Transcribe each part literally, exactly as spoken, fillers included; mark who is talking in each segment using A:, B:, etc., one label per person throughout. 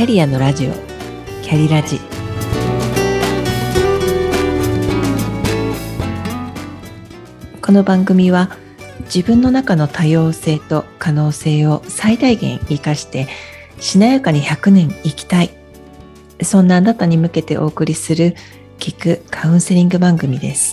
A: キャリアのラジオ、キャリラジ。この番組は自分の中の多様性と可能性を最大限生かしてしなやかにひゃくねん生きたい、そんなあなたに向けてお送りする聞くカウンセリング番組です。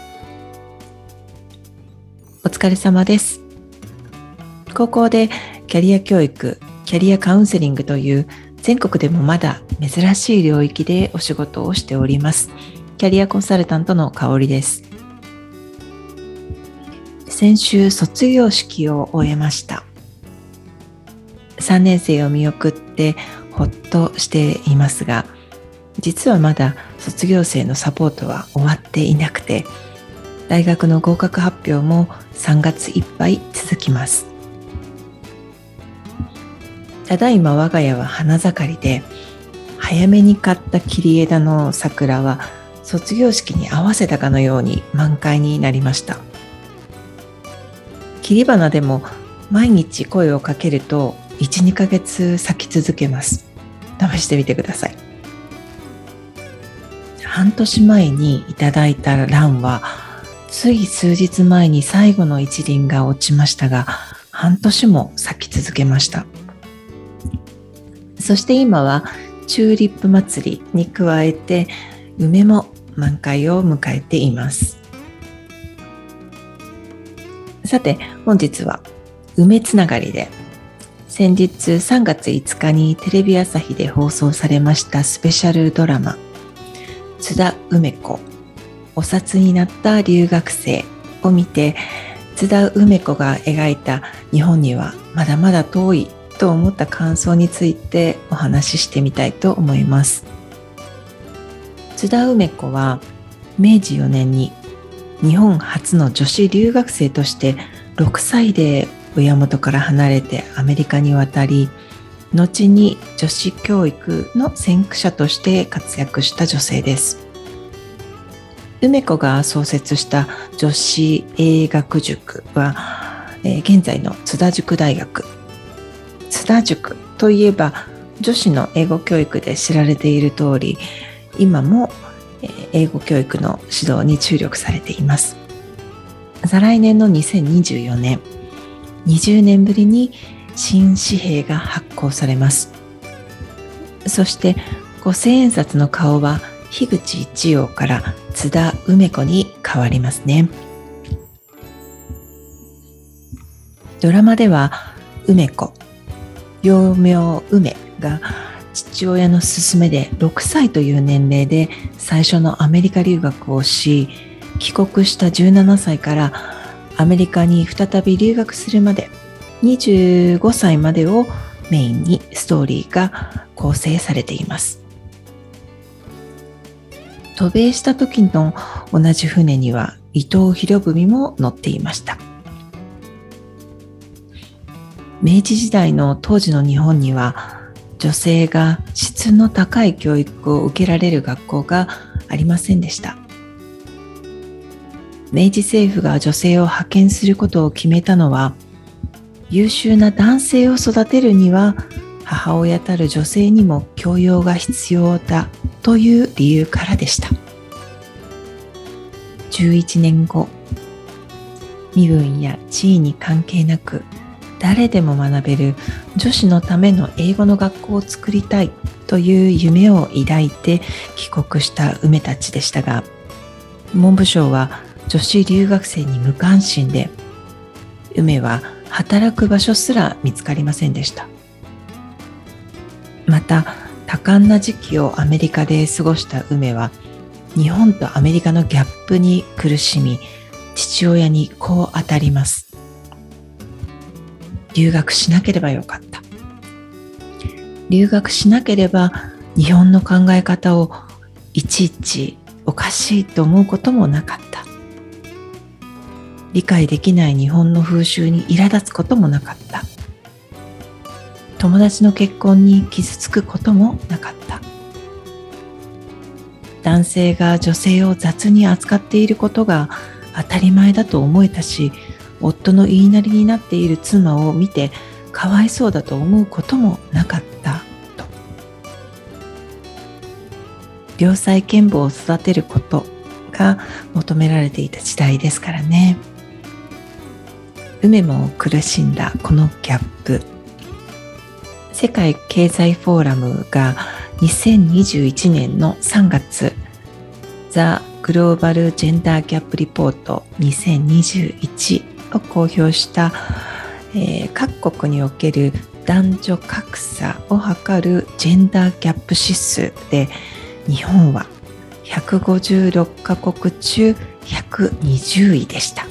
A: お疲れ様です。高校でキャリア教育、キャリアカウンセリングという全国でもまだ珍しい領域でお仕事をしております。キャリアコンサルタントの香織です。先週卒業式を終えました。さんねん生を見送ってほっとしていますが、実はまだ卒業生のサポートは終わっていなくて、大学の合格発表もさんがついっぱい続きます。ただいま我が家は花盛りで、早めに買った切り枝の桜は卒業式に合わせたかのように満開になりました。切り花でも毎日声をかけるといち、にかげつ咲き続けます。試してみてください。半年前にいただいた蘭はつい数日前に最後の一輪が落ちましたが、半年も咲き続けました。そして今はチューリップ祭りに加えて梅も満開を迎えています。さて本日は梅つながりで、先日さんがついつかにテレビ朝日で放送されましたスペシャルドラマ津田梅子お札になった留学生を見て、津田梅子が描いた日本にはまだまだ遠いと思った感想についてお話ししてみたいと思います。津田梅子はめいじよねんに日本初の女子留学生としてろくさいで親元から離れてアメリカに渡り、後に女子教育の先駆者として活躍した女性です。梅子が創設した女子英学塾は、えー、現在の津田塾大学。津田塾といえば女子の英語教育で知られている通り、今も英語教育の指導に注力されています。再来年のにせんにじゅうよねん、にじゅうねんぶりに新紙幣が発行されます。そして五千円札の顔は樋口一葉から津田梅子に変わりますね。ドラマでは梅子、幼名梅が父親の勧めでろくさいという年齢で最初のアメリカ留学をし、帰国したじゅうななさいからアメリカに再び留学するまでにじゅうごさいまでをメインにストーリーが構成されています。渡米した時の同じ船には伊藤博文も乗っていました。明治時代の当時の日本には女性が質の高い教育を受けられる学校がありませんでした。明治政府が女性を派遣することを決めたのは、優秀な男性を育てるには母親たる女性にも教養が必要だという理由からでした。じゅういちねんご、身分や地位に関係なく誰でも学べる女子のための英語の学校を作りたいという夢を抱いて帰国した梅たちでしたが、文部省は女子留学生に無関心で、梅は働く場所すら見つかりませんでした。また多感な時期をアメリカで過ごした梅は日本とアメリカのギャップに苦しみ、父親にこう当たります。留学しなければよかった。留学しなければ日本の考え方をいちいちおかしいと思うこともなかった。理解できない日本の風習に苛立つこともなかった。友達の結婚に傷つくこともなかった。男性が女性を雑に扱っていることが当たり前だと思えたし、夫の言いなりになっている妻を見てかわいそうだと思うこともなかったと。 良妻賢母を育てることが求められていた時代ですからね。梅も苦しんだこのギャップ。世界経済フォーラムがにせんにじゅういちねんのさんがつ、ザ・グローバル・ジェンダー・ギャップ・リポートにせんにじゅういちを公表した、えー、各国における男女格差を測るジェンダーギャップ指数で、日本はひゃくごじゅうろっかこく中ひゃくにじゅういでした。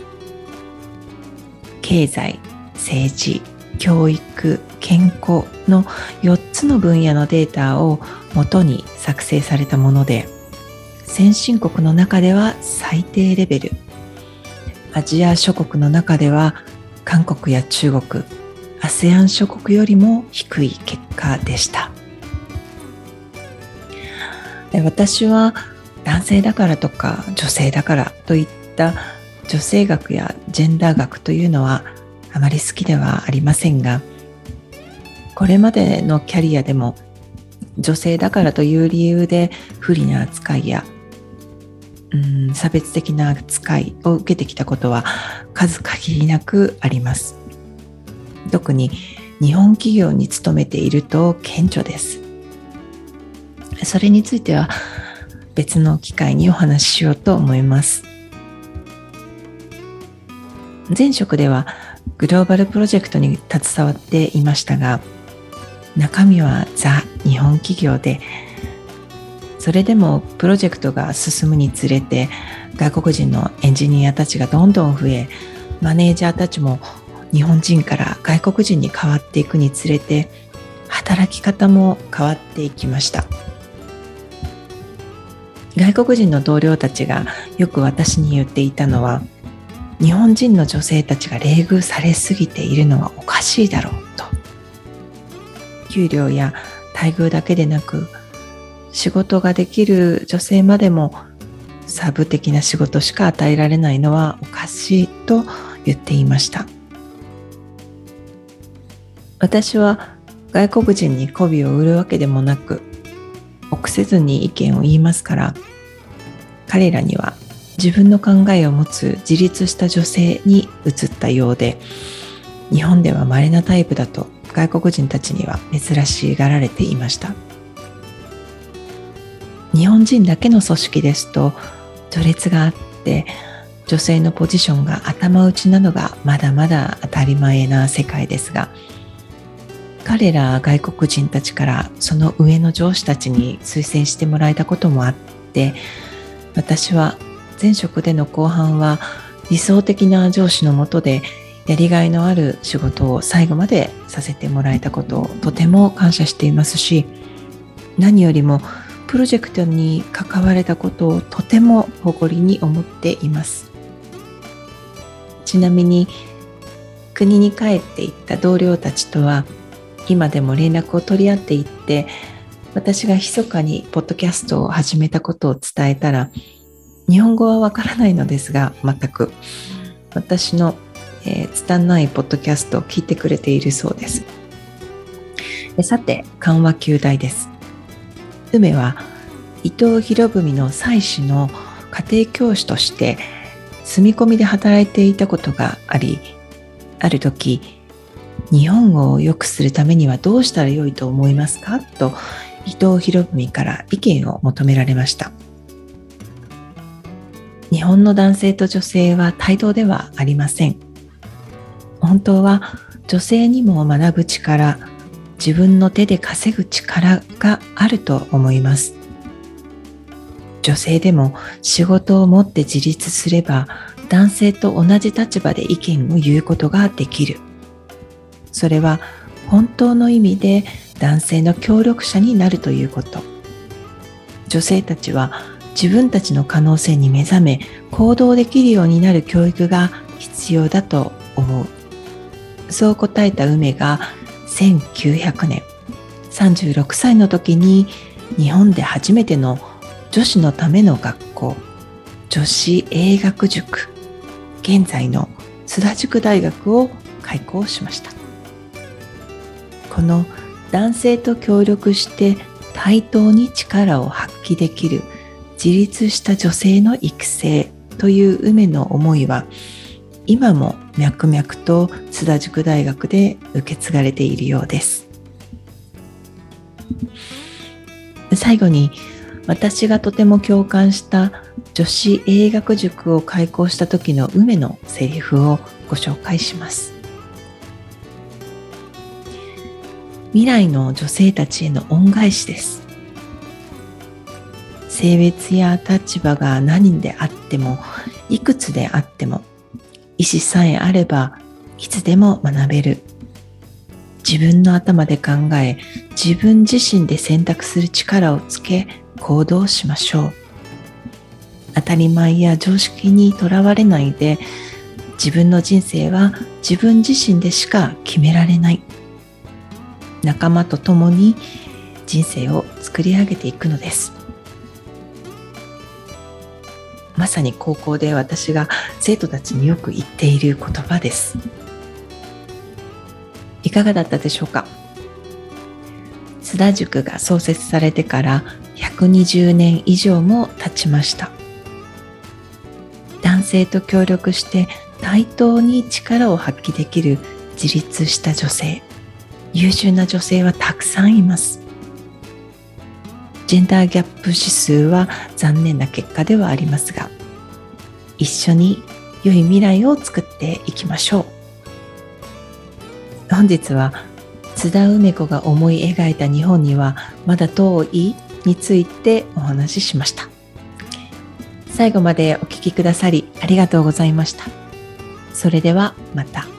A: 経済、政治、教育、健康のよっつの分野のデータを元に作成されたもので、先進国の中では最低レベル、アジア諸国の中では韓国や中国、アセアン 諸国よりも低い結果でした。私は男性だからとか女性だからといった女性学やジェンダー学というのはあまり好きではありませんが、これまでのキャリアでも女性だからという理由で不利な扱いやうん差別的な扱いを受けてきたことは数限りなくあります。特に日本企業に勤めていると顕著です。それについては別の機会にお話ししようと思います。前職ではグローバルプロジェクトに携わっていましたが、中身はザ・日本企業で、それでもプロジェクトが進むにつれて外国人のエンジニアたちがどんどん増え、マネージャーたちも日本人から外国人に変わっていくにつれて働き方も変わっていきました。外国人の同僚たちがよく私に言っていたのは、日本人の女性たちが冷遇されすぎているのはおかしいだろうと。給料や待遇だけでなく、仕事ができる女性までもサブ的な仕事しか与えられないのはおかしいと言っていました。私は外国人に媚びを売るわけでもなく、臆せずに意見を言いますから、彼らには自分の考えを持つ自立した女性に移ったようで、日本では稀なタイプだと外国人たちには珍しがられていました。日本人だけの組織ですと序列があって、女性のポジションが頭打ちなのがまだまだ当たり前な世界ですが、彼ら外国人たちからその上の上司たちに推薦してもらえたこともあって、私は前職での後半は理想的な上司の下でやりがいのある仕事を最後までさせてもらえたことをとても感謝していますし、何よりもプロジェクトに関われたことをとても誇りに思っています。ちなみに国に帰っていった同僚たちとは今でも連絡を取り合っていって、私が密かにポッドキャストを始めたことを伝えたら、日本語はわからないのですが全く私の、えー、拙いポッドキャストを聞いてくれているそうです。でさて、緩和球大です。梅は伊藤博文の妻子の家庭教師として住み込みで働いていたことがあり、ある時、日本語を良くするためにはどうしたらよいと思いますかと伊藤博文から意見を求められました。日本の男性と女性は対等ではありません。本当は女性にも学ぶ力、自分の手で稼ぐ力があると思います。女性でも仕事を持って自立すれば、男性と同じ立場で意見を言うことができる。それは本当の意味で男性の協力者になるということ。女性たちは自分たちの可能性に目覚め行動できるようになる教育が必要だと思う。そう答えた梅がせんきゅうひゃくねん、さんじゅうろくさいの時に日本で初めての女子のための学校、女子英学塾、現在の津田塾大学を開校しました。この男性と協力して対等に力を発揮できる自立した女性の育成という梅の思いは今も脈々と津田塾大学で受け継がれているようです。最後に私がとても共感した女子英学塾を開校した時の梅のセリフをご紹介します。未来の女性たちへの恩返しです。性別や立場が何であっても、いくつであっても、意思さえあればいつでも学べる。自分の頭で考え、自分自身で選択する力をつけ、行動しましょう。当たり前や常識にとらわれないで、自分の人生は自分自身でしか決められない。仲間と共に人生を作り上げていくのです。まさに高校で私が生徒たちによく言っている言葉です。いかがだったでしょうか。津田塾が創設されてからひゃくにじゅうねん以上も経ちました。男性と協力して対等に力を発揮できる自立した女性、優秀な女性はたくさんいます。ジェンダーギャップ指数は残念な結果ではありますが、一緒に良い未来を作っていきましょう。本日は津田梅子が思い描いた日本にはまだ遠いについてお話ししました。最後までお聞きくださりありがとうございました。それではまた。